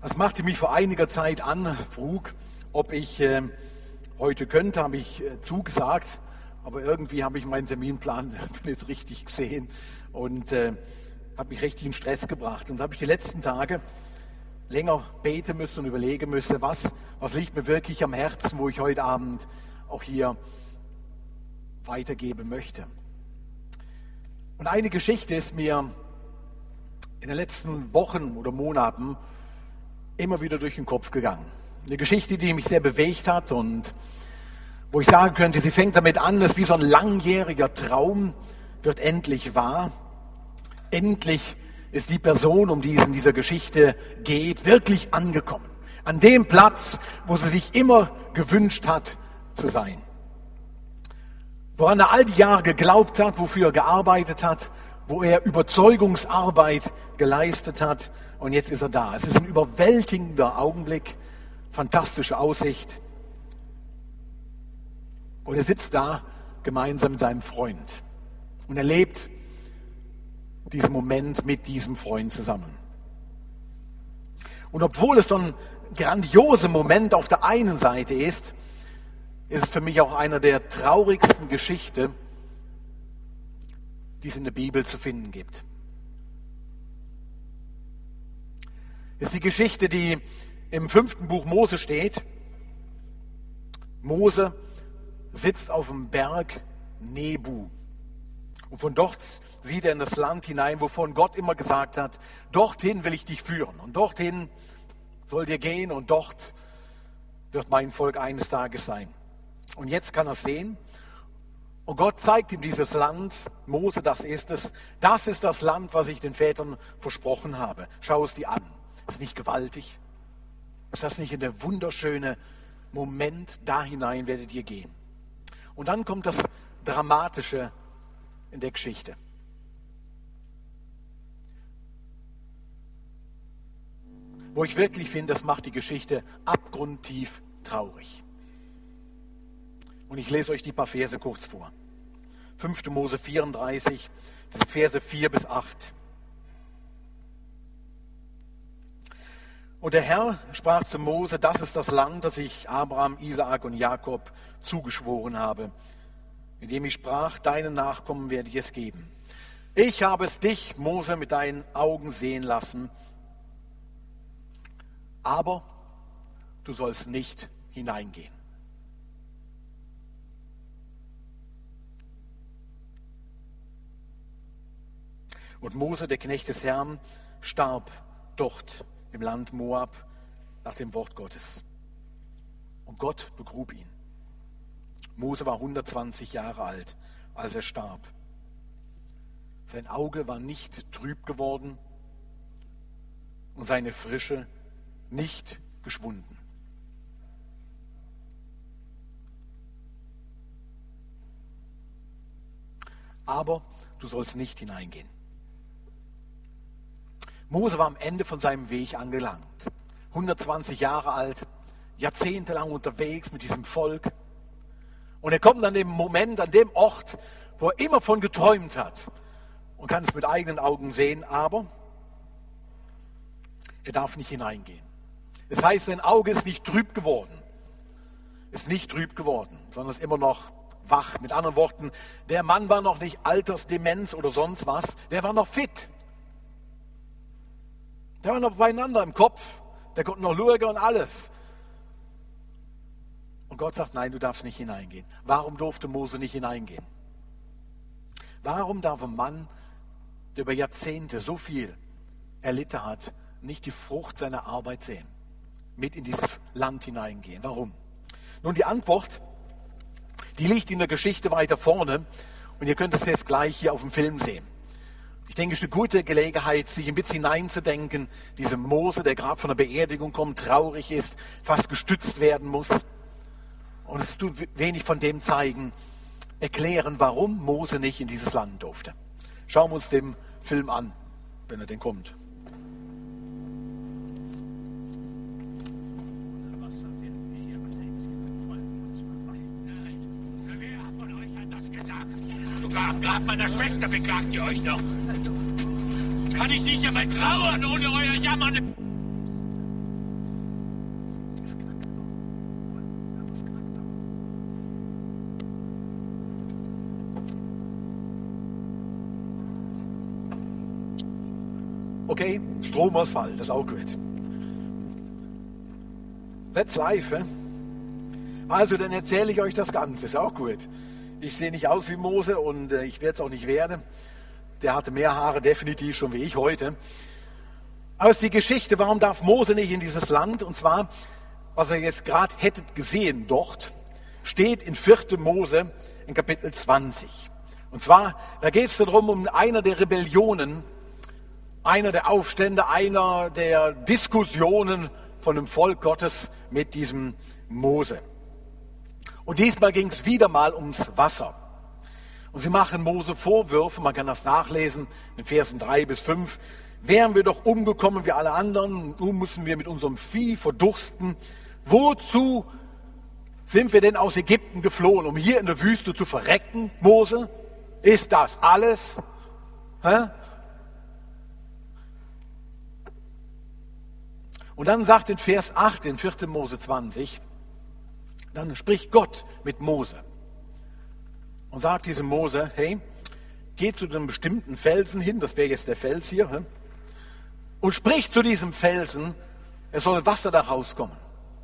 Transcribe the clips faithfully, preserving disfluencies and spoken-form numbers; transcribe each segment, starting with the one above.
Das machte mich vor einiger Zeit an, frug, ob ich äh, heute könnte, habe ich äh, zugesagt, aber irgendwie habe ich meinen Terminplan nicht richtig gesehen und äh, habe mich richtig in Stress gebracht. Und habe ich die letzten Tage länger beten müssen und überlegen müssen, was, was liegt mir wirklich am Herzen, wo ich heute Abend auch hier weitergeben möchte. Und eine Geschichte ist mir in den letzten Wochen oder Monaten immer wieder durch den Kopf gegangen. Eine Geschichte, die mich sehr bewegt hat und wo ich sagen könnte, sie fängt damit an, dass wie so ein langjähriger Traum wird endlich wahr. Endlich ist die Person, um die es in dieser Geschichte geht, wirklich angekommen. An dem Platz, wo sie sich immer gewünscht hat zu sein. Woran er all die Jahre geglaubt hat, wofür er gearbeitet hat, wo er Überzeugungsarbeit geleistet hat. Und jetzt ist er da. Es ist ein überwältigender Augenblick, fantastische Aussicht. Und er sitzt da gemeinsam mit seinem Freund und erlebt diesen Moment mit diesem Freund zusammen. Und obwohl es so ein grandioser Moment auf der einen Seite ist, ist es für mich auch einer der traurigsten Geschichten, die es in der Bibel zu finden gibt. Es ist die Geschichte, die im fünften Buch Mose steht. Mose sitzt auf dem Berg Nebu. Und von dort sieht er in das Land hinein, wovon Gott immer gesagt hat, dorthin will ich dich führen. Und dorthin soll dir gehen und dort wird mein Volk eines Tages sein. Und jetzt kann er es sehen. Und Gott zeigt ihm dieses Land. Mose, das ist es. Das ist das Land, was ich den Vätern versprochen habe. Schau es dir an. Ist nicht gewaltig? Ist das nicht ein wunderschöner Moment? Da hinein werdet ihr gehen. Und dann kommt das Dramatische in der Geschichte. Wo ich wirklich finde, das macht die Geschichte abgrundtief traurig. Und ich lese euch die paar Verse kurz vor. fünfte Mose vierunddreißig, diese Verse vier bis acht. Und der Herr sprach zu Mose, das ist das Land, das ich Abraham, Isaak und Jakob zugeschworen habe, indem ich sprach, deinen Nachkommen werde ich es geben. Ich habe es dich, Mose, mit deinen Augen sehen lassen, aber du sollst nicht hineingehen. Und Mose, der Knecht des Herrn, starb dort im Land Moab nach dem Wort Gottes. Und Gott begrub ihn. Mose war hundertzwanzig Jahre alt, als er starb. Sein Auge war nicht trüb geworden und seine Frische nicht geschwunden. Aber du sollst nicht hineingehen. Mose war am Ende von seinem Weg angelangt. hundertzwanzig Jahre alt, jahrzehntelang unterwegs mit diesem Volk. Und er kommt an dem Moment, an dem Ort, wo er immer von geträumt hat und kann es mit eigenen Augen sehen, aber er darf nicht hineingehen. Das heißt, sein Auge ist nicht trüb geworden, ist nicht trüb geworden, sondern ist immer noch wach. Mit anderen Worten, der Mann war noch nicht Altersdemenz oder sonst was, der war noch fit. Der war noch beieinander im Kopf, der konnte noch schauen und alles. Und Gott sagt, nein, du darfst nicht hineingehen. Warum durfte Mose nicht hineingehen? Warum darf ein Mann, der über Jahrzehnte so viel erlitten hat, nicht die Frucht seiner Arbeit sehen? Mit in dieses Land hineingehen. Warum? Nun, die Antwort, die liegt in der Geschichte weiter vorne. Und ihr könnt es jetzt gleich hier auf dem Film sehen. Ich denke, es ist eine gute Gelegenheit, sich ein bisschen hineinzudenken. Diese Mose, der gerade von der Beerdigung kommt, traurig ist, fast gestützt werden muss. Und es tut wenig von dem zeigen, erklären, warum Mose nicht in dieses Land durfte. Schauen wir uns den Film an, wenn er denn kommt. Sogar am Grab meiner Schwester beklagt ihr euch noch. Kann ich nicht einmal trauern ohne euer Jammern? Okay, Stromausfall, das ist auch gut. That's life, eh? Also, dann erzähle ich euch das Ganze, ist auch gut. Ich sehe nicht aus wie Mose und äh, ich werde es auch nicht werden. Der hatte mehr Haare definitiv schon wie ich heute. Aber es ist die Geschichte, warum darf Mose nicht in dieses Land? Und zwar, was ihr jetzt gerade hättet gesehen dort, steht in vierten Mose in Kapitel zwanzig. Und zwar, da geht es darum, um einer der Rebellionen, einer der Aufstände, einer der Diskussionen von dem Volk Gottes mit diesem Mose. Und diesmal ging es wieder mal ums Wasser. Und sie machen Mose Vorwürfe, man kann das nachlesen in Versen drei bis fünf. Wären wir doch umgekommen wie alle anderen, nun müssen wir mit unserem Vieh verdursten. Wozu sind wir denn aus Ägypten geflohen, um hier in der Wüste zu verrecken, Mose? Ist das alles? Hä? Und dann sagt in Vers acht, in vierten Mose zwanzig, dann spricht Gott mit Mose und sagt diesem Mose, hey, geh zu einem bestimmten Felsen hin, das wäre jetzt der Fels hier, hä? Und sprich zu diesem Felsen, es soll Wasser da rauskommen.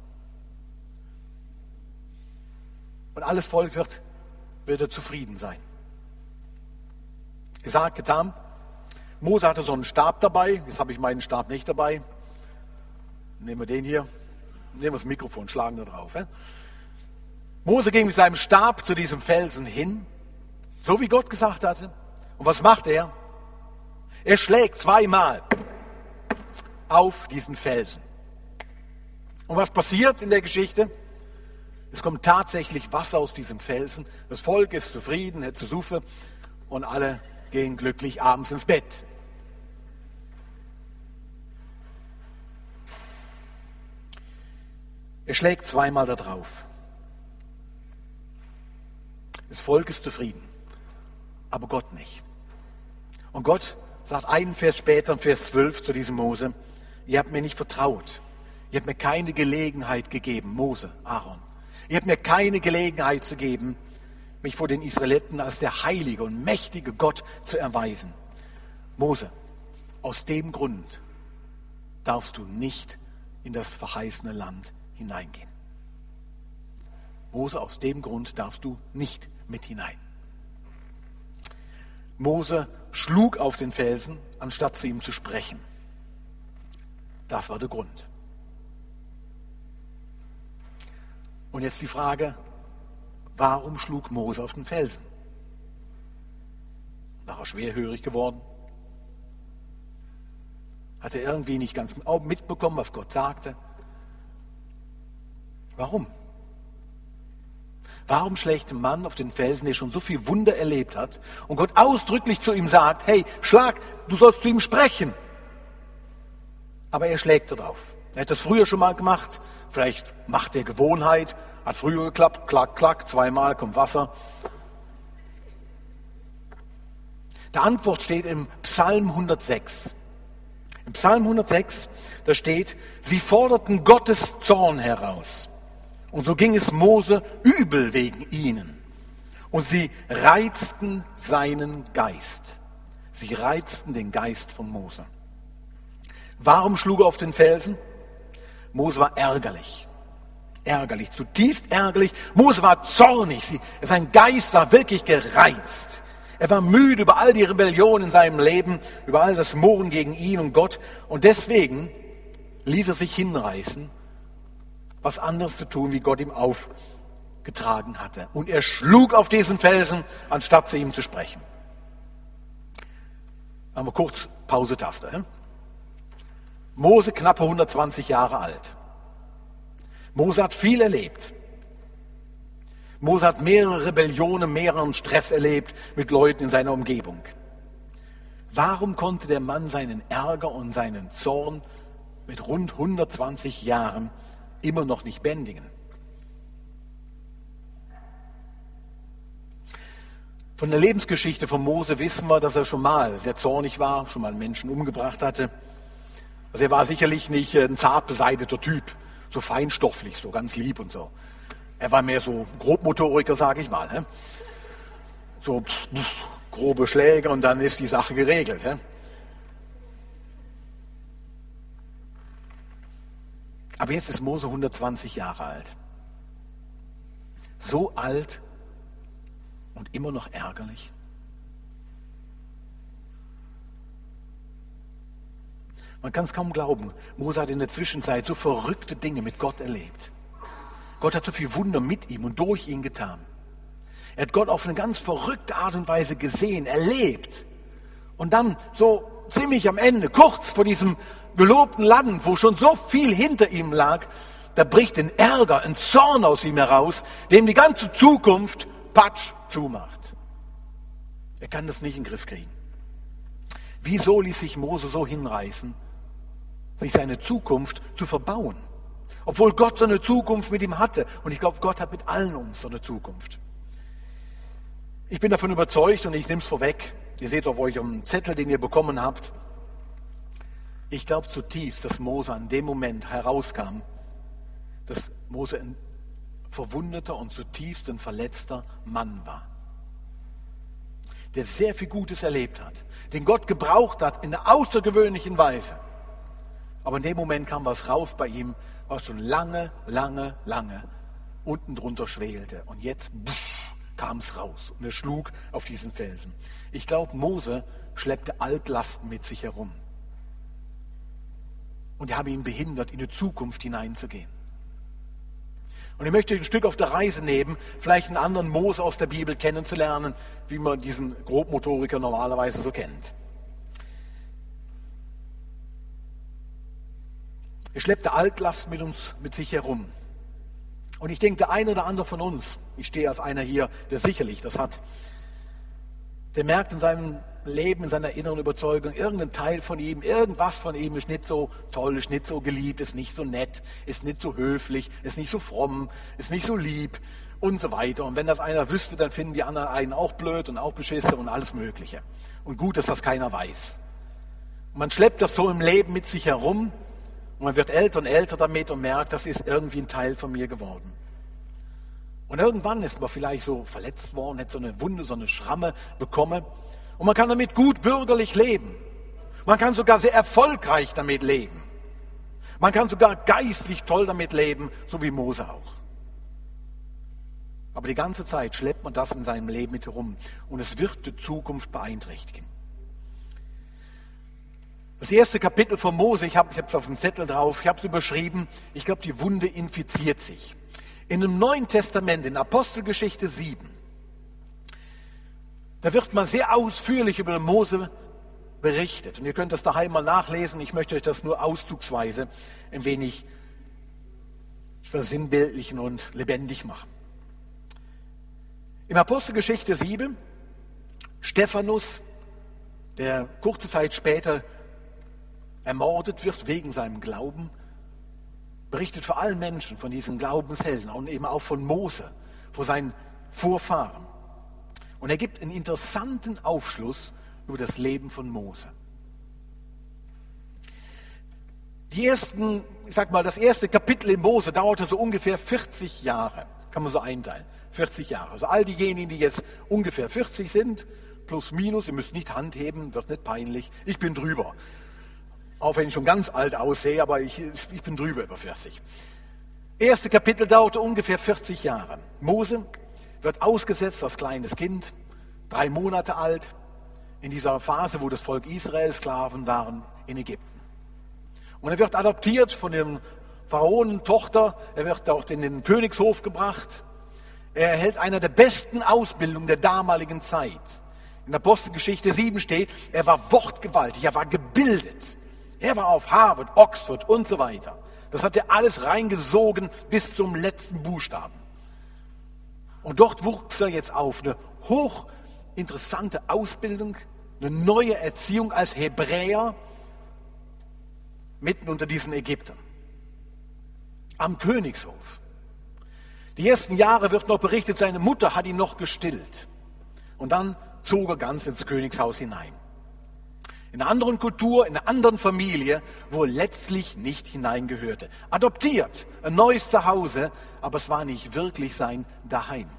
Und alles Volk wird, wird er zufrieden sein. Gesagt, getan. Mose hatte so einen Stab dabei, jetzt habe ich meinen Stab nicht dabei. Nehmen wir den hier, nehmen wir das Mikrofon, schlagen da drauf. Hä? Mose ging mit seinem Stab zu diesem Felsen hin, so wie Gott gesagt hatte. Und was macht er? Er schlägt zweimal auf diesen Felsen. Und was passiert in der Geschichte? Es kommt tatsächlich Wasser aus diesem Felsen. Das Volk ist zufrieden, hat zu Sufe und alle gehen glücklich abends ins Bett. Er schlägt zweimal da drauf. Das Volk ist zufrieden, aber Gott nicht. Und Gott sagt einen Vers später, in Vers zwölf zu diesem Mose, ihr habt mir nicht vertraut. Ihr habt mir keine Gelegenheit gegeben, Mose, Aaron. Ihr habt mir keine Gelegenheit zu geben, mich vor den Israeliten als der heilige und mächtige Gott zu erweisen. Mose, aus dem Grund darfst du nicht in das verheißene Land hineingehen. Mose, aus dem Grund darfst du nicht mit hinein. Mose schlug auf den Felsen, anstatt zu ihm zu sprechen. Das war der Grund. Und jetzt die Frage, warum schlug Mose auf den Felsen? War er schwerhörig geworden? Hat er irgendwie nicht ganz mitbekommen, was Gott sagte? Warum? Warum schlägt ein Mann auf den Felsen, der schon so viel Wunder erlebt hat und Gott ausdrücklich zu ihm sagt, hey, schlag, du sollst zu ihm sprechen. Aber er schlägt da drauf. Er hat das früher schon mal gemacht, vielleicht Macht der Gewohnheit, hat früher geklappt, klack, klack, zweimal kommt Wasser. Die Antwort steht im Psalm hundertsechs. Im Psalm hundertsechs, da steht, sie forderten Gottes Zorn heraus. Und so ging es Mose übel wegen ihnen. Und sie reizten seinen Geist. Sie reizten den Geist von Mose. Warum schlug er auf den Felsen? Mose war ärgerlich. Ärgerlich, zutiefst ärgerlich. Mose war zornig. Sie, sein Geist war wirklich gereizt. Er war müde über all die Rebellion in seinem Leben, über all das Murren gegen ihn und Gott. Und deswegen ließ er sich hinreißen, was anderes zu tun, wie Gott ihm aufgetragen hatte. Und er schlug auf diesen Felsen, anstatt zu ihm zu sprechen. Machen wir kurz Pause-Taste. He? Mose knappe hundertzwanzig Jahre alt. Mose hat viel erlebt. Mose hat mehrere Rebellionen, mehreren Stress erlebt mit Leuten in seiner Umgebung. Warum konnte der Mann seinen Ärger und seinen Zorn mit rund hundertzwanzig Jahren immer noch nicht bändigen? Von der Lebensgeschichte von Mose wissen wir, dass er schon mal sehr zornig war, schon mal Menschen umgebracht hatte. Also er war sicherlich nicht ein zart beseiteter Typ, so feinstofflich, so ganz lieb und so. Er war mehr so Grobmotoriker, sage ich mal. He? So pff, pff, grobe Schläge und dann ist die Sache geregelt. He? Aber jetzt ist Mose hundertzwanzig Jahre alt. So alt und immer noch ärgerlich. Man kann es kaum glauben. Mose hat in der Zwischenzeit so verrückte Dinge mit Gott erlebt. Gott hat so viel Wunder mit ihm und durch ihn getan. Er hat Gott auf eine ganz verrückte Art und Weise gesehen, erlebt. Und dann so ziemlich am Ende, kurz vor diesem gelobten Land, wo schon so viel hinter ihm lag, da bricht ein Ärger, ein Zorn aus ihm heraus, dem die ganze Zukunft patsch zumacht. Er kann das nicht in den Griff kriegen. Wieso ließ sich Mose so hinreißen, sich seine Zukunft zu verbauen? Obwohl Gott so eine Zukunft mit ihm hatte. Und ich glaube, Gott hat mit allen uns so eine Zukunft. Ich bin davon überzeugt und ich nehme es vorweg. Ihr seht auf eurem Zettel, den ihr bekommen habt. Ich glaube zutiefst, dass Mose an dem Moment herauskam, dass Mose ein verwundeter und zutiefst ein verletzter Mann war. Der sehr viel Gutes erlebt hat, den Gott gebraucht hat in einer außergewöhnlichen Weise. Aber in dem Moment kam was raus bei ihm, was schon lange, lange, lange unten drunter schwelte. Und jetzt kam es raus und er schlug auf diesen Felsen. Ich glaube, Mose schleppte Altlasten mit sich herum. Und die haben ihn behindert, in die Zukunft hineinzugehen. Und ich möchte ein Stück auf der Reise nehmen, vielleicht einen anderen Mose aus der Bibel kennenzulernen, wie man diesen Grobmotoriker normalerweise so kennt. Er schleppte Altlast mit uns, mit sich herum. Und ich denke, der eine oder andere von uns, ich stehe als einer hier, der sicherlich das hat, der merkt in seinem Leben, in seiner inneren Überzeugung, irgendein Teil von ihm, irgendwas von ihm ist nicht so toll, ist nicht so geliebt, ist nicht so nett, ist nicht so höflich, ist nicht so fromm, ist nicht so lieb und so weiter. Und wenn das einer wüsste, dann finden die anderen einen auch blöd und auch beschissen und alles Mögliche. Und gut, dass das keiner weiß. Und man schleppt das so im Leben mit sich herum und man wird älter und älter damit und merkt, das ist irgendwie ein Teil von mir geworden. Und irgendwann ist man vielleicht so verletzt worden, hat so eine Wunde, so eine Schramme bekommen. Und man kann damit gut bürgerlich leben. Man kann sogar sehr erfolgreich damit leben. Man kann sogar geistlich toll damit leben, so wie Mose auch. Aber die ganze Zeit schleppt man das in seinem Leben mit herum. Und es wird die Zukunft beeinträchtigen. Das erste Kapitel von Mose, ich habe es auf dem Zettel drauf, ich habe es überschrieben, ich glaube, die Wunde infiziert sich. In dem Neuen Testament, in Apostelgeschichte sieben, da wird mal sehr ausführlich über den Mose berichtet. Und ihr könnt das daheim mal nachlesen. Ich möchte euch das nur auszugsweise ein wenig versinnbildlichen und lebendig machen. In Apostelgeschichte sieben, Stephanus, der kurze Zeit später ermordet wird wegen seinem Glauben, berichtet vor allen Menschen von diesen Glaubenshelden und eben auch von Mose, von seinen Vorfahren. Und er gibt einen interessanten Aufschluss über das Leben von Mose. Die ersten, ich sag mal, das erste Kapitel in Mose dauerte so ungefähr vierzig Jahre. Kann man so einteilen. vierzig Jahre. Also all diejenigen, die jetzt ungefähr vierzig sind, plus minus, ihr müsst nicht Hand heben, wird nicht peinlich. Ich bin drüber. Auch wenn ich schon ganz alt aussehe, aber ich, ich bin drüber über vierzig. Erste Kapitel dauerte ungefähr vierzig Jahre. Mose wird ausgesetzt als kleines Kind, drei Monate alt, in dieser Phase, wo das Volk Israel Sklaven waren in Ägypten. Und er wird adoptiert von dem Pharaonentochter, er wird dort in den Königshof gebracht. Er erhält eine der besten Ausbildungen der damaligen Zeit. In der Apostelgeschichte sieben steht, er war wortgewaltig, er war gebildet. Er war auf Harvard, Oxford und so weiter. Das hat er alles reingesogen bis zum letzten Buchstaben. Und dort wuchs er jetzt auf. Eine hochinteressante Ausbildung, eine neue Erziehung als Hebräer mitten unter diesen Ägyptern. Am Königshof. Die ersten Jahre wird noch berichtet, seine Mutter hat ihn noch gestillt. Und dann zog er ganz ins Königshaus hinein. In einer anderen Kultur, in einer anderen Familie, wo er letztlich nicht hineingehörte. Adoptiert, ein neues Zuhause, aber es war nicht wirklich sein Daheim.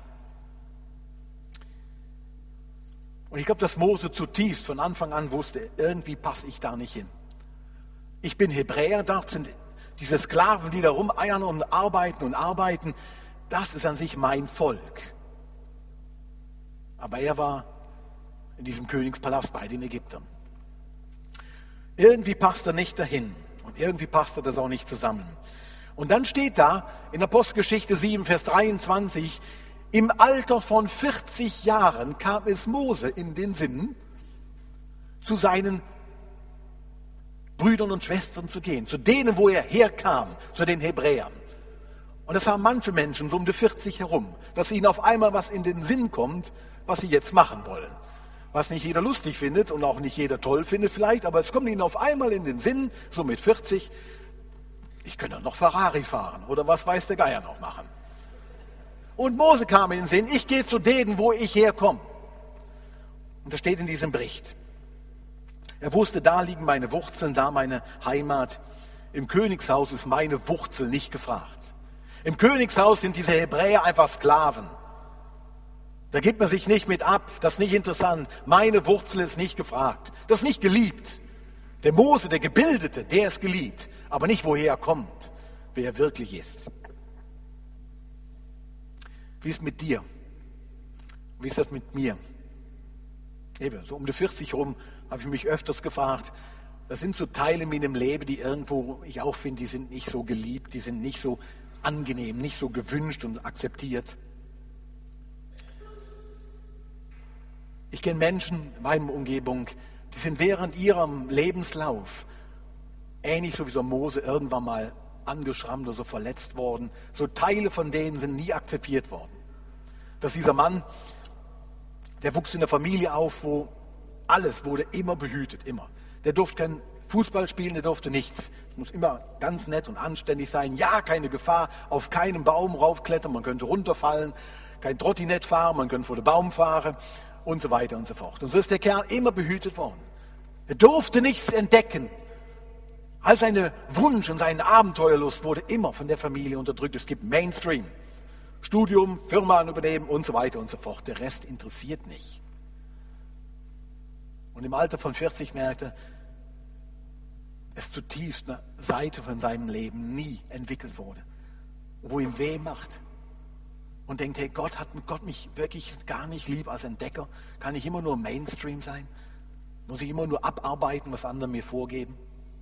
Und ich glaube, dass Mose zutiefst von Anfang an wusste, irgendwie passe ich da nicht hin. Ich bin Hebräer, dort sind diese Sklaven, die da rumeiern und arbeiten und arbeiten, das ist an sich mein Volk. Aber er war in diesem Königspalast bei den Ägyptern. Irgendwie passt er nicht dahin und irgendwie passt er das auch nicht zusammen. Und dann steht da in Apostelgeschichte sieben, Vers dreiundzwanzig, im Alter von vierzig Jahren kam es Mose in den Sinn, zu seinen Brüdern und Schwestern zu gehen, zu denen, wo er herkam, zu den Hebräern. Und das haben manche Menschen so um die vierzig herum, dass ihnen auf einmal was in den Sinn kommt, was sie jetzt machen wollen. Was nicht jeder lustig findet und auch nicht jeder toll findet vielleicht, aber es kommt ihnen auf einmal in den Sinn, so mit vierzig, ich könnte noch Ferrari fahren oder was weiß der Geier noch machen. Und Mose kam in den Sinn, ich gehe zu denen, wo ich herkomme. Und das steht in diesem Bericht. Er wusste, da liegen meine Wurzeln, da meine Heimat. Im Königshaus ist meine Wurzel nicht gefragt. Im Königshaus sind diese Hebräer einfach Sklaven. Da gibt man sich nicht mit ab, das ist nicht interessant. Meine Wurzel ist nicht gefragt, das ist nicht geliebt. Der Mose, der Gebildete, der ist geliebt, aber nicht woher er kommt, wer er wirklich ist. Wie ist es mit dir? Wie ist das mit mir? Eben, so um die vierzig rum habe ich mich öfters gefragt, das sind so Teile in meinem Leben, die irgendwo, ich auch finde, die sind nicht so geliebt, die sind nicht so angenehm, nicht so gewünscht und akzeptiert. Ich kenne Menschen in meiner Umgebung, die sind während ihrem Lebenslauf, ähnlich so wie so Mose, irgendwann mal angeschrammt oder so verletzt worden. So Teile von denen sind nie akzeptiert worden. Dass dieser Mann, der wuchs in einer Familie auf, wo alles wurde immer behütet, immer. Der durfte kein Fußball spielen, der durfte nichts. Es muss immer ganz nett und anständig sein. Ja, keine Gefahr, auf keinen Baum raufklettern, man könnte runterfallen, kein Trottinett fahren, man könnte vor den Baum fahren und so weiter und so fort. Und so ist der Kerl immer behütet worden. Er durfte nichts entdecken. All seine Wunsch und seine Abenteuerlust wurde immer von der Familie unterdrückt. Es gibt Mainstream, Studium, Firma übernehmen und so weiter und so fort. Der Rest interessiert nicht. Und im Alter von vierzig merkte, es zutiefst eine Seite von seinem Leben nie entwickelt wurde, wo ihm weh macht. Und denkt, hey, Gott hat Gott mich wirklich gar nicht lieb als Entdecker? Kann ich immer nur Mainstream sein? Muss ich immer nur abarbeiten, was andere mir vorgeben?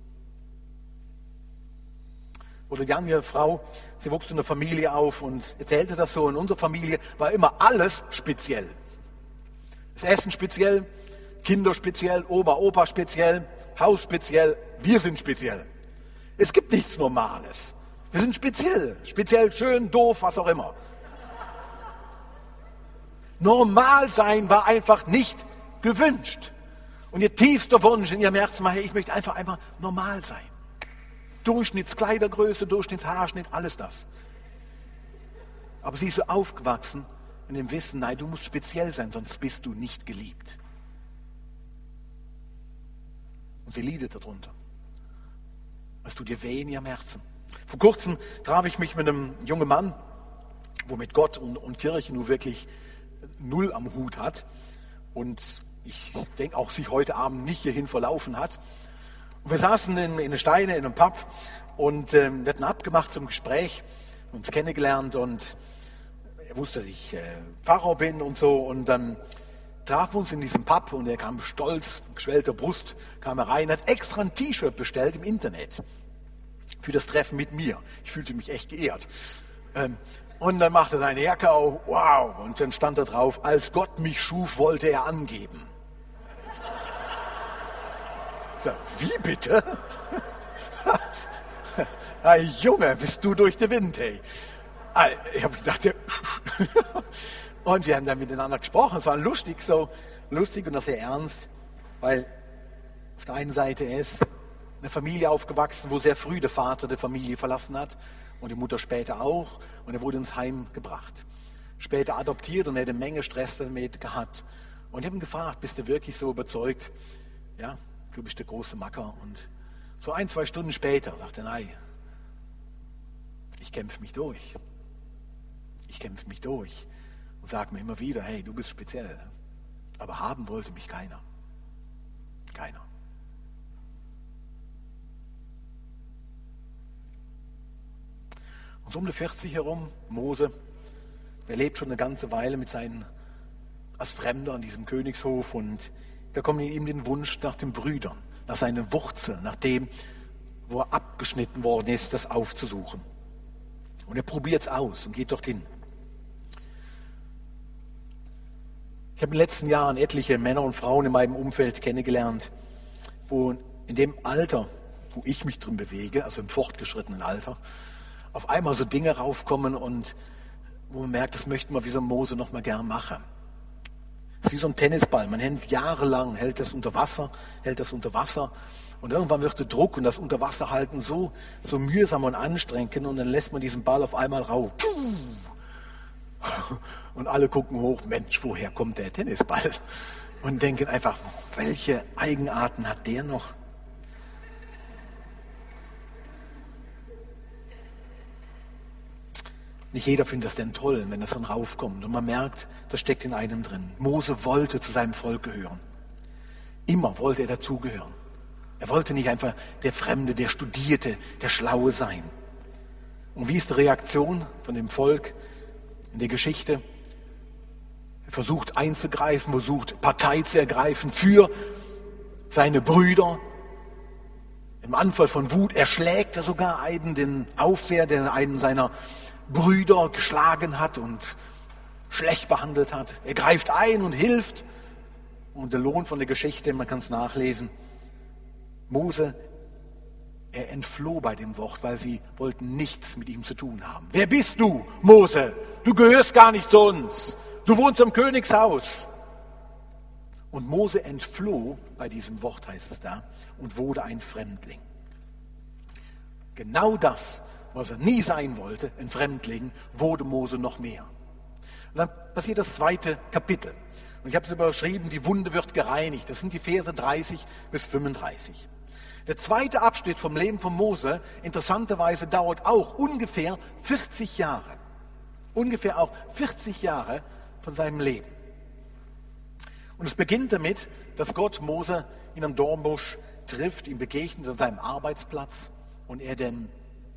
Oder Jan, ihre Frau, sie wuchs in einer Familie auf und erzählte das so, in unserer Familie war immer alles speziell. Das Essen speziell, Kinder speziell, Oma, Opa speziell, Haus speziell, wir sind speziell. Es gibt nichts Normales. Wir sind speziell, speziell schön, doof, was auch immer. Normal sein war einfach nicht gewünscht. Und ihr tiefster Wunsch in ihrem Herzen war, hey, ich möchte einfach einmal normal sein. Durchschnittskleidergröße, Durchschnittshaarschnitt, alles das. Aber sie ist so aufgewachsen in dem Wissen, nein, du musst speziell sein, sonst bist du nicht geliebt. Und sie leidet darunter. Es tut ihr weh in ihrem Herzen. Vor kurzem traf ich mich mit einem jungen Mann, wo mit Gott und, und Kirche nur wirklich null am Hut hat und ich denke auch sich heute Abend nicht hierhin verlaufen hat. Und wir saßen in, in den Steine, in einem Pub und ähm, wir hatten abgemacht zum Gespräch, uns kennengelernt und er wusste, dass ich äh, Pfarrer bin und so und dann trafen wir uns in diesem Pub und er kam stolz, geschwellter Brust, kam er rein, hat extra ein T-Shirt bestellt im Internet für das Treffen mit mir. Ich fühlte mich echt geehrt. Ähm, Und dann machte er seine Jacke auf, wow, und dann stand da drauf, als Gott mich schuf, wollte er angeben. Ich sag, wie bitte? Hey Junge, bist du durch den Wind, hey. Ich habe gedacht, ja. Und wir haben dann miteinander gesprochen, es war lustig, so lustig und auch sehr ernst, weil auf der einen Seite er ist eine Familie aufgewachsen, wo sehr früh der Vater die Familie verlassen hat. Und die Mutter später auch. Und er wurde ins Heim gebracht. Später adoptiert und er hat eine Menge Stress damit gehabt. Und ich habe ihn gefragt, bist du wirklich so überzeugt? Ja, du bist der große Macker. Und so ein, zwei Stunden später sagte er, nein, ich kämpfe mich durch. Ich kämpfe mich durch. Und sage mir immer wieder, hey, du bist speziell. Aber haben wollte mich keiner. Keiner. Und so um die vierzig herum, Mose, der lebt schon eine ganze Weile mit seinen, als Fremder an diesem Königshof, und da kommt ihm den Wunsch nach den Brüdern, nach seinen Wurzeln, nach dem, wo er abgeschnitten worden ist, das aufzusuchen. Und er probiert es aus und geht dorthin. Ich habe in den letzten Jahren etliche Männer und Frauen in meinem Umfeld kennengelernt, wo in dem Alter, wo ich mich drin bewege, also im fortgeschrittenen Alter, auf einmal so Dinge raufkommen und wo man merkt, das möchte man wie so ein Mose noch mal gern machen. Es ist wie so ein Tennisball, man hält jahrelang, hält das unter Wasser, hält das unter Wasser und irgendwann wird der Druck und das Unterwasserhalten so, so mühsam und anstrengend und dann lässt man diesen Ball auf einmal rauf. Und alle gucken hoch, Mensch, woher kommt der Tennisball? Und denken einfach, welche Eigenarten hat der noch? Nicht jeder findet das denn toll, wenn das dann raufkommt. Und man merkt, das steckt in einem drin. Mose wollte zu seinem Volk gehören. Immer wollte er dazugehören. Er wollte nicht einfach der Fremde, der Studierte, der Schlaue sein. Und wie ist die Reaktion von dem Volk in der Geschichte? Er versucht einzugreifen, versucht Partei zu ergreifen für seine Brüder. Im Anfall von Wut erschlägt er sogar einen, den Aufseher, der einen seiner Brüder geschlagen hat und schlecht behandelt hat. Er greift ein und hilft. Und der Lohn von der Geschichte, man kann es nachlesen, Mose, er entfloh bei dem Wort, weil sie wollten nichts mit ihm zu tun haben. Wer bist du, Mose? Du gehörst gar nicht zu uns. Du wohnst im Königshaus. Und Mose entfloh, bei diesem Wort heißt es da, und wurde ein Fremdling. Genau das, was er nie sein wollte, ein Fremdling, wurde Mose noch mehr. Und dann passiert das zweite Kapitel. Und ich habe es überschrieben, die Wunde wird gereinigt. Das sind die Verse dreißig bis fünfunddreißig. Der zweite Abschnitt vom Leben von Mose, interessanterweise, dauert auch ungefähr vierzig Jahre. Ungefähr auch vierzig Jahre von seinem Leben. Und es beginnt damit, dass Gott Mose in einem Dornbusch trifft, ihm begegnet an seinem Arbeitsplatz und er dann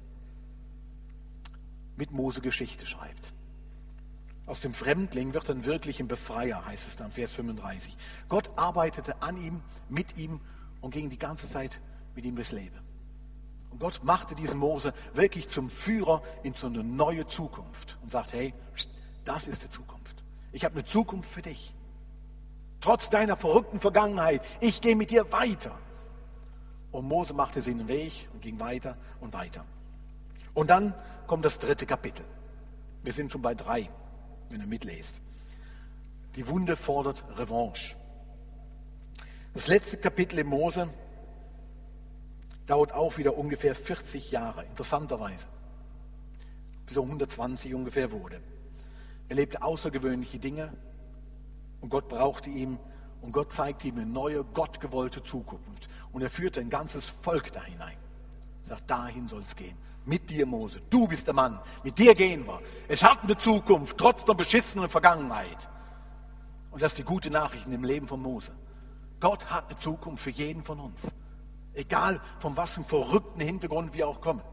mit Mose Geschichte schreibt. Aus dem Fremdling wird dann wirklich ein Befreier, heißt es dann, Vers fünfunddreißig. Gott arbeitete an ihm, mit ihm und ging die ganze Zeit mit ihm durchs Leben. Und Gott machte diesen Mose wirklich zum Führer in so eine neue Zukunft und sagt, hey, das ist die Zukunft. Ich habe eine Zukunft für dich. Trotz deiner verrückten Vergangenheit, ich gehe mit dir weiter. Und Mose machte sich den Weg und ging weiter und weiter. Und dann kommt das dritte Kapitel. Wir sind schon bei drei, wenn ihr mitlest. Die Wunde fordert Revanche. Das letzte Kapitel in Mose dauert auch wieder ungefähr vierzig Jahre, interessanterweise. Bis er hundertzwanzig ungefähr wurde. Er lebte außergewöhnliche Dinge und Gott brauchte ihn und Gott zeigte ihm eine neue, gottgewollte Zukunft. Und er führte ein ganzes Volk da hinein. Er sagt, dahin soll es gehen. Mit dir, Mose. Du bist der Mann. Mit dir gehen wir. Es hat eine Zukunft, trotz der beschissenen Vergangenheit. Und das ist die gute Nachricht im Leben von Mose. Gott hat eine Zukunft für jeden von uns. Egal von was für einem verrückten Hintergrund wir auch kommen.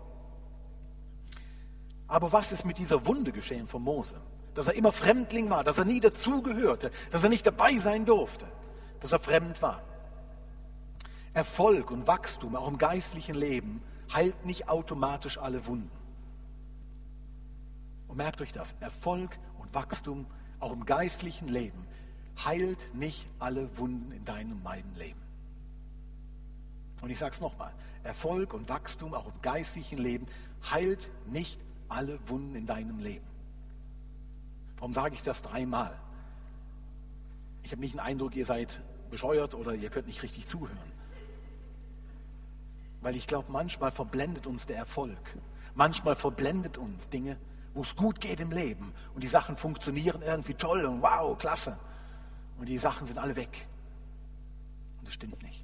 Aber was ist mit dieser Wunde geschehen von Mose? Dass er immer Fremdling war, dass er nie dazugehörte, dass er nicht dabei sein durfte, dass er fremd war. Erfolg und Wachstum, auch im geistlichen Leben, heilt nicht automatisch alle Wunden. Und merkt euch das, Erfolg und Wachstum, auch im geistlichen Leben, heilt nicht alle Wunden in deinem und meinem Leben. Und ich sage es nochmal, Erfolg und Wachstum, auch im geistlichen Leben, heilt nicht alle Wunden in deinem Leben. Warum sage ich das dreimal? Ich habe nicht den Eindruck, ihr seid bescheuert oder ihr könnt nicht richtig zuhören. Weil ich glaube, manchmal verblendet uns der Erfolg. Manchmal verblendet uns Dinge, wo es gut geht im Leben. Und die Sachen funktionieren irgendwie toll und wow, klasse. Und die Sachen sind alle weg. Und das stimmt nicht.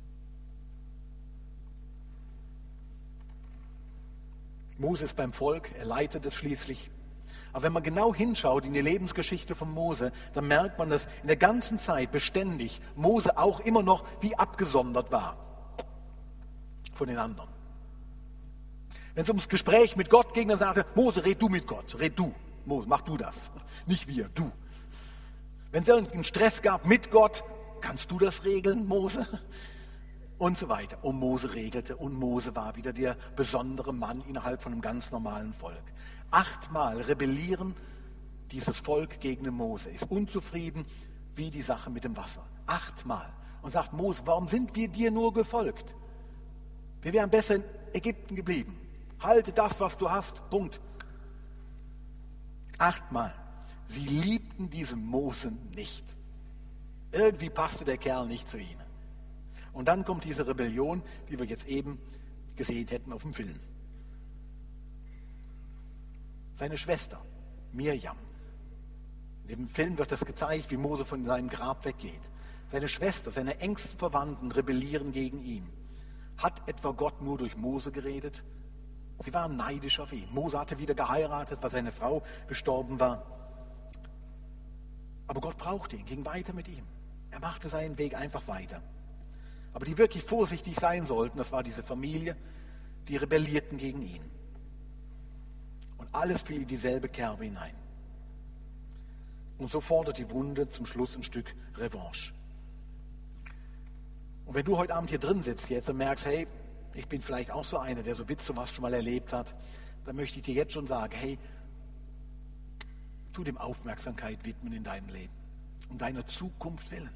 Mose ist beim Volk, er leitet es schließlich. Aber wenn man genau hinschaut in die Lebensgeschichte von Mose, dann merkt man, dass in der ganzen Zeit beständig Mose auch immer noch wie abgesondert war von den anderen. Wenn es ums Gespräch mit Gott ging, dann sagte er, Mose, red du mit Gott, red du. Mose, mach du das. Nicht wir, du. Wenn es irgendeinen Stress gab mit Gott, kannst du das regeln, Mose? Und so weiter. Und Mose regelte und Mose war wieder der besondere Mann innerhalb von einem ganz normalen Volk. Achtmal rebellieren dieses Volk gegen den Mose, ist unzufrieden wie die Sache mit dem Wasser. Achtmal. Und sagt Mose, warum sind wir dir nur gefolgt? Wir wären besser in Ägypten geblieben. Halte das, was du hast. Punkt. Achtmal. Sie liebten diesen Mose nicht. Irgendwie passte der Kerl nicht zu ihnen. Und dann kommt diese Rebellion, die wir jetzt eben gesehen hätten auf dem Film. Seine Schwester, Mirjam. In dem Film wird das gezeigt, wie Mose von seinem Grab weggeht. Seine Schwester, seine engsten Verwandten rebellieren gegen ihn. Hat etwa Gott nur durch Mose geredet? Sie waren neidisch auf ihn. Mose hatte wieder geheiratet, weil seine Frau gestorben war. Aber Gott brauchte ihn, ging weiter mit ihm. Er machte seinen Weg einfach weiter. Aber die wirklich vorsichtig sein sollten, das war diese Familie, die rebellierten gegen ihn. Und alles fiel in dieselbe Kerbe hinein. Und so fordert die Wunde zum Schluss ein Stück Revanche. Und wenn du heute Abend hier drin sitzt jetzt und merkst, hey, ich bin vielleicht auch so einer, der so Witz sowas schon mal erlebt hat, dann möchte ich dir jetzt schon sagen, hey, tu dem Aufmerksamkeit widmen in deinem Leben, um deiner Zukunft willen.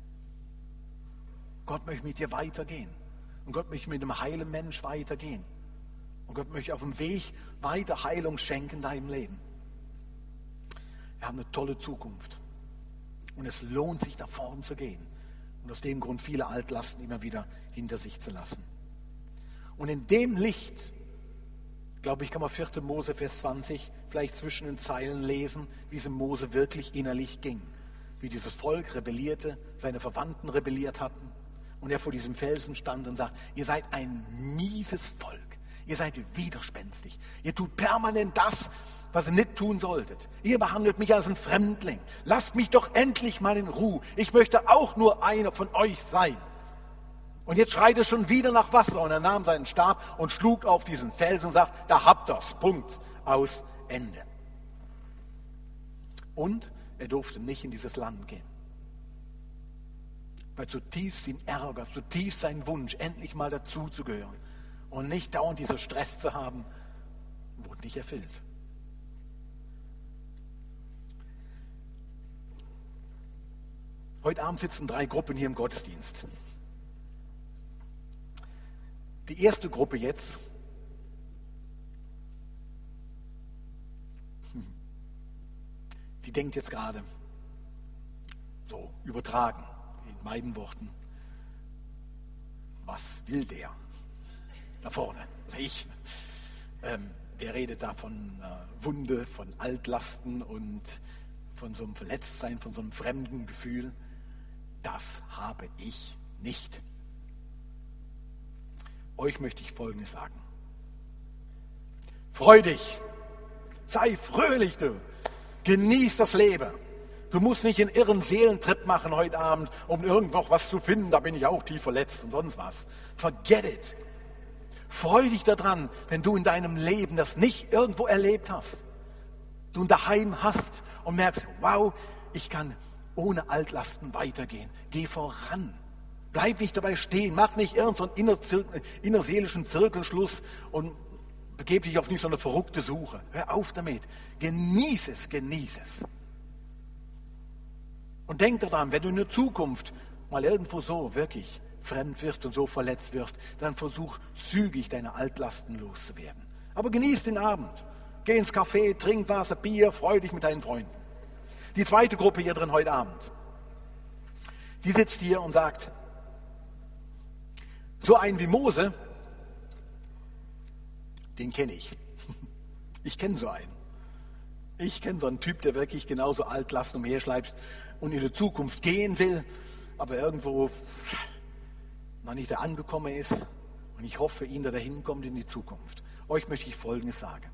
Gott möchte mit dir weitergehen. Und Gott möchte mit einem heilen Mensch weitergehen. Und Gott möchte auf dem Weg weiter Heilung schenken in deinem Leben. Wir haben eine tolle Zukunft. Und es lohnt sich, nach vorn zu gehen. Und aus dem Grund viele Altlasten immer wieder hinter sich zu lassen. Und in dem Licht, glaube ich, kann man vierter Mose, Vers zwanzig, vielleicht zwischen den Zeilen lesen, wie es Mose wirklich innerlich ging. Wie dieses Volk rebellierte, seine Verwandten rebelliert hatten. Und er vor diesem Felsen stand und sagt, ihr seid ein mieses Volk. Ihr seid widerspenstig. Ihr tut permanent das, was ihr nicht tun solltet. Ihr behandelt mich als ein Fremdling. Lasst mich doch endlich mal in Ruhe. Ich möchte auch nur einer von euch sein. Und jetzt schreit er schon wieder nach Wasser. Und er nahm seinen Stab und schlug auf diesen Felsen und sagt, da habt ihr's. Punkt. Aus. Ende. Und er durfte nicht in dieses Land gehen. Weil zutiefst ihn ärgert, zutiefst sein Wunsch, endlich mal dazuzugehören und nicht dauernd diesen Stress zu haben, wurde nicht erfüllt. Heute Abend sitzen drei Gruppen hier im Gottesdienst. Die erste Gruppe jetzt, die denkt jetzt gerade, so übertragen, in meinen Worten, was will der da vorne, also ich. Ähm, der redet da von äh, Wunde, von Altlasten und von so einem Verletztsein, von so einem fremden Gefühl. Das habe ich nicht. Euch möchte ich Folgendes sagen. Freu dich, sei fröhlich, du. Genieß das Leben. Du musst nicht einen irren Seelentrip machen heute Abend, um irgendwo was zu finden, da bin ich auch tief verletzt und sonst was. Forget it. Freu dich daran, wenn du in deinem Leben das nicht irgendwo erlebt hast. Du ein Daheim hast und merkst, wow, ich kann ohne Altlasten weitergehen. Geh voran. Bleib nicht dabei stehen. Mach nicht irgendeinen so innerseelischen Zirkelschluss und begeb dich auf nicht so eine verrückte Suche. Hör auf damit. Genieß es, genieß es. Und denk daran, wenn du in der Zukunft mal irgendwo so wirklich fremd wirst und so verletzt wirst, dann versuch zügig deine Altlasten loszuwerden. Aber genieß den Abend. Geh ins Café, trink Wasser, Bier, freu dich mit deinen Freunden. Die zweite Gruppe hier drin heute Abend, die sitzt hier und sagt, so einen wie Mose, den kenne ich. Ich kenne so einen. Ich kenne so einen Typ, der wirklich genauso Altlasten umherschleift und in die Zukunft gehen will, aber irgendwo noch nicht da angekommen ist. Und ich hoffe für ihn, dass er hinkommt in die Zukunft. Euch möchte ich Folgendes sagen.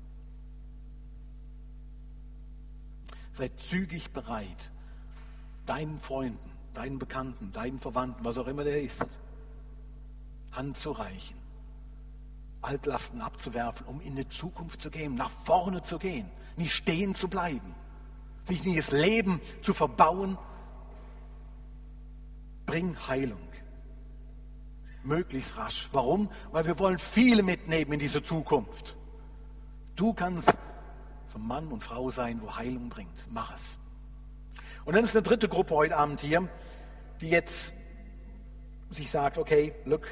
Seid zügig bereit, deinen Freunden, deinen Bekannten, deinen Verwandten, was auch immer der ist, Hand zu reichen. Altlasten abzuwerfen, um in die Zukunft zu gehen, nach vorne zu gehen, nicht stehen zu bleiben, sich nicht das Leben zu verbauen. Bring Heilung. Möglichst rasch. Warum? Weil wir wollen viele mitnehmen in diese Zukunft. Du kannst so Mann und Frau sein, wo Heilung bringt. Mach es. Und dann ist eine dritte Gruppe heute Abend hier, die jetzt sich sagt, okay, look,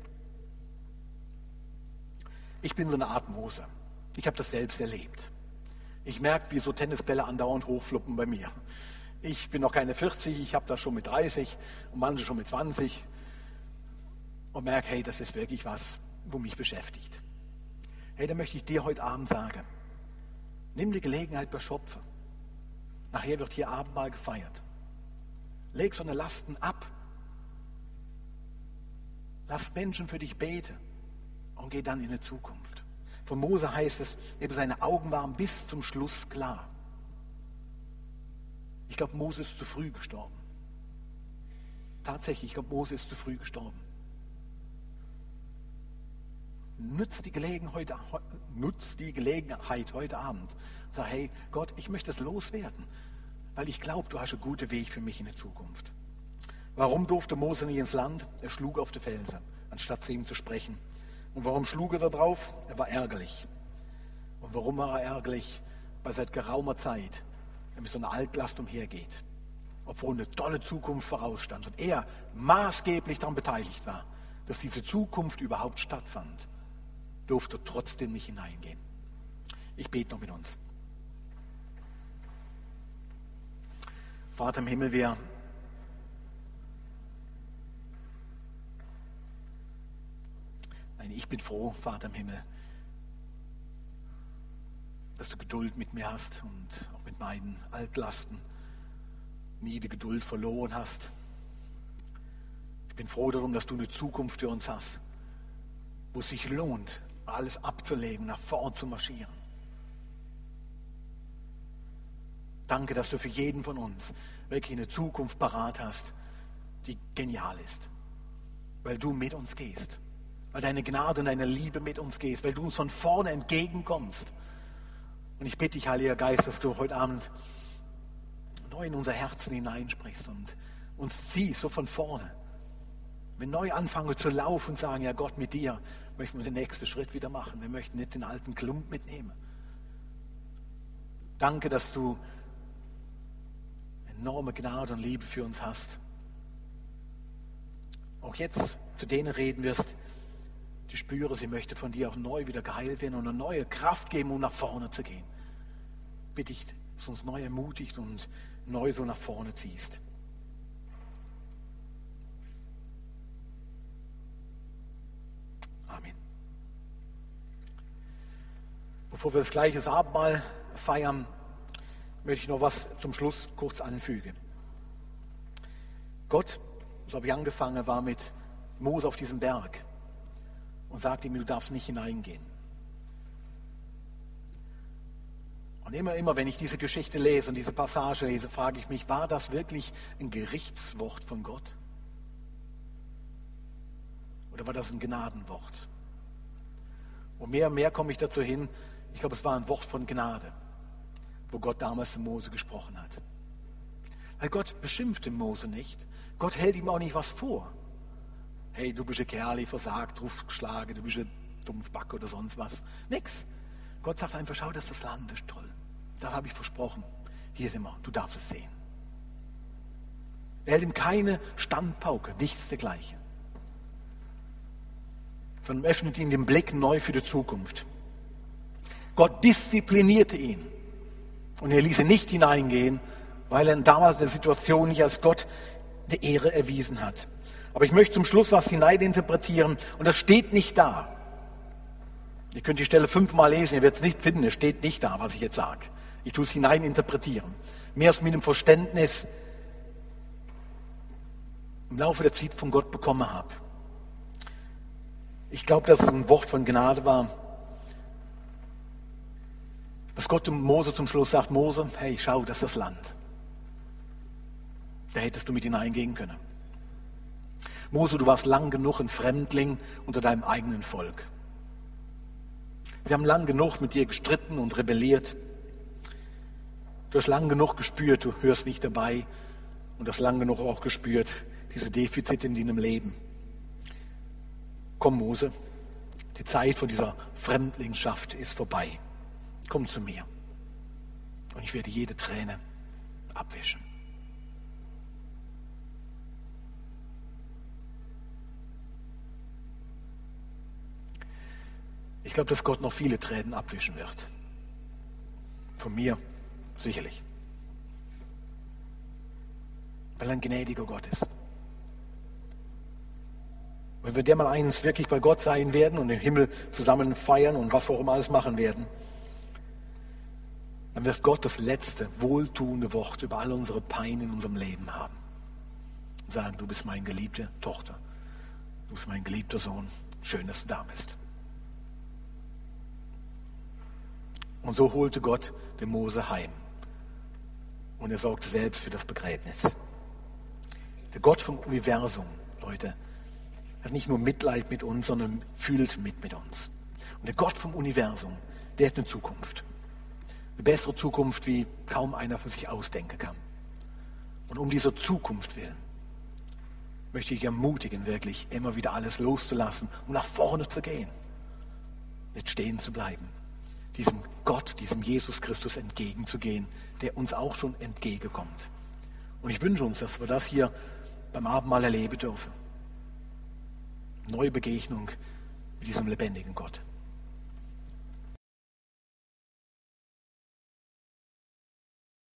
ich bin so eine Art Mose. Ich habe das selbst erlebt. Ich merke, wie so Tennisbälle andauernd hochfluppen bei mir. Ich bin noch keine vierzig, ich habe das schon mit dreißig und manche schon mit zwanzig und merke, hey, das ist wirklich was, wo mich beschäftigt. Hey, da möchte ich dir heute Abend sagen, nimm die Gelegenheit bei Schopfe. Nachher wird hier Abendmahl gefeiert. Leg so eine Lasten ab. Lass Menschen für dich beten und geh dann in die Zukunft. Von Mose heißt es, eben seine Augen waren bis zum Schluss klar. Ich glaube, Mose ist zu früh gestorben. Tatsächlich, ich glaube, Mose ist zu früh gestorben. Nutz die Gelegenheit heute, nutz die Gelegenheit heute Abend. Sag, hey Gott, ich möchte es loswerden, weil ich glaube, du hast einen guten Weg für mich in der Zukunft. Warum durfte Mose nicht ins Land? Er schlug auf die Felsen, anstatt zu ihm zu sprechen. Und warum schlug er da drauf? Er war ärgerlich. Und warum war er ärgerlich? Weil seit geraumer Zeit er mit so einer Altlast umhergeht, obwohl eine tolle Zukunft vorausstand und er maßgeblich daran beteiligt war, dass diese Zukunft überhaupt stattfand, durfte er trotzdem nicht hineingehen. Ich bete noch mit uns. Vater im Himmel, wir Nein, ich bin froh, Vater im Himmel, dass du Geduld mit mir hast und auch mit meinen Altlasten nie die Geduld verloren hast. Ich bin froh darum, dass du eine Zukunft für uns hast, wo es sich lohnt, alles abzulegen, nach vorn zu marschieren. Danke, dass du für jeden von uns wirklich eine Zukunft parat hast, die genial ist, weil du mit uns gehst. Weil deine Gnade und deine Liebe mit uns gehst, weil du uns von vorne entgegenkommst. Und ich bitte dich, Heiliger Geist, dass du heute Abend neu in unser Herzen hineinsprichst und uns ziehst, so von vorne. Wir neu anfangen zu laufen und sagen, ja Gott, mit dir möchten wir den nächsten Schritt wieder machen. Wir möchten nicht den alten Klump mitnehmen. Danke, dass du enorme Gnade und Liebe für uns hast. Auch jetzt zu denen reden wirst, die spüre, sie möchte von dir auch neu wieder geheilt werden und eine neue Kraft geben, um nach vorne zu gehen. Bitte ich, dass du uns neu ermutigt und neu so nach vorne ziehst. Amen. Bevor wir das gleiche Abendmahl feiern, möchte ich noch was zum Schluss kurz anfügen. Gott, so habe ich angefangen, war mit Mose auf diesem Berg und sagte ihm, du darfst nicht hineingehen. Und immer, immer, wenn ich diese Geschichte lese und diese Passage lese, frage ich mich, war das wirklich ein Gerichtswort von Gott? Oder war das ein Gnadenwort? Und mehr und mehr komme ich dazu hin, ich glaube, es war ein Wort von Gnade, wo Gott damals zu Mose gesprochen hat. Weil Gott beschimpfte Mose nicht. Gott hält ihm auch nicht was vor. Hey, du bist ein Kerl, versagt, rufgeschlagen, du bist ein Dumpfback oder sonst was. Nix. Gott sagt einfach, schau, das ist das Land, das ist toll. Das habe ich versprochen. Hier sind wir, du darfst es sehen. Er hält ihm keine Standpauke, nichts dergleichen. Sondern öffnet ihm den Blick neu für die Zukunft. Gott disziplinierte ihn. Und er ließ ihn nicht hineingehen, weil er damals in der Situation nicht als Gott die Ehre erwiesen hat. Aber ich möchte zum Schluss was hineininterpretieren und das steht nicht da. Ihr könnt die Stelle fünfmal lesen, ihr werdet es nicht finden, es steht nicht da, was ich jetzt sage. Ich tue es hineininterpretieren. Mehr als mit dem Verständnis im Laufe der Zeit von Gott bekommen habe. Ich glaube, dass es ein Wort von Gnade war. Dass Gott dem Mose zum Schluss sagt, Mose, hey, schau, das ist das Land. Da hättest du mit hineingehen können. Mose, du warst lang genug ein Fremdling unter deinem eigenen Volk. Sie haben lang genug mit dir gestritten und rebelliert. Du hast lang genug gespürt, du hörst nicht dabei. Und hast lang genug auch gespürt, diese Defizite in deinem Leben. Komm, Mose, die Zeit von dieser Fremdlingschaft ist vorbei. Komm zu mir. Und ich werde jede Träne abwischen. Ich glaube, dass Gott noch viele Tränen abwischen wird. Von mir sicherlich. Weil er ein gnädiger Gott ist. Wenn wir der mal eins wirklich bei Gott sein werden und im Himmel zusammen feiern und was wir auch immer alles machen werden, dann wird Gott das letzte, wohltuende Wort über all unsere Pein in unserem Leben haben. Und sagen, du bist meine geliebte Tochter, du bist mein geliebter Sohn, schön, dass du da bist. Und so holte Gott den Mose heim. Und er sorgte selbst für das Begräbnis. Der Gott vom Universum, Leute, hat nicht nur Mitleid mit uns, sondern fühlt mit mit uns. Und der Gott vom Universum, der hat eine Zukunft. Eine bessere Zukunft, wie kaum einer von sich ausdenken kann. Und um dieser Zukunft willen möchte ich ermutigen, wirklich immer wieder alles loszulassen und nach vorne zu gehen. Nicht stehen zu bleiben. Diesem Gott, diesem Jesus Christus entgegenzugehen, der uns auch schon entgegenkommt. Und ich wünsche uns, dass wir das hier beim Abendmahl erleben dürfen. Neue Begegnung mit diesem lebendigen Gott.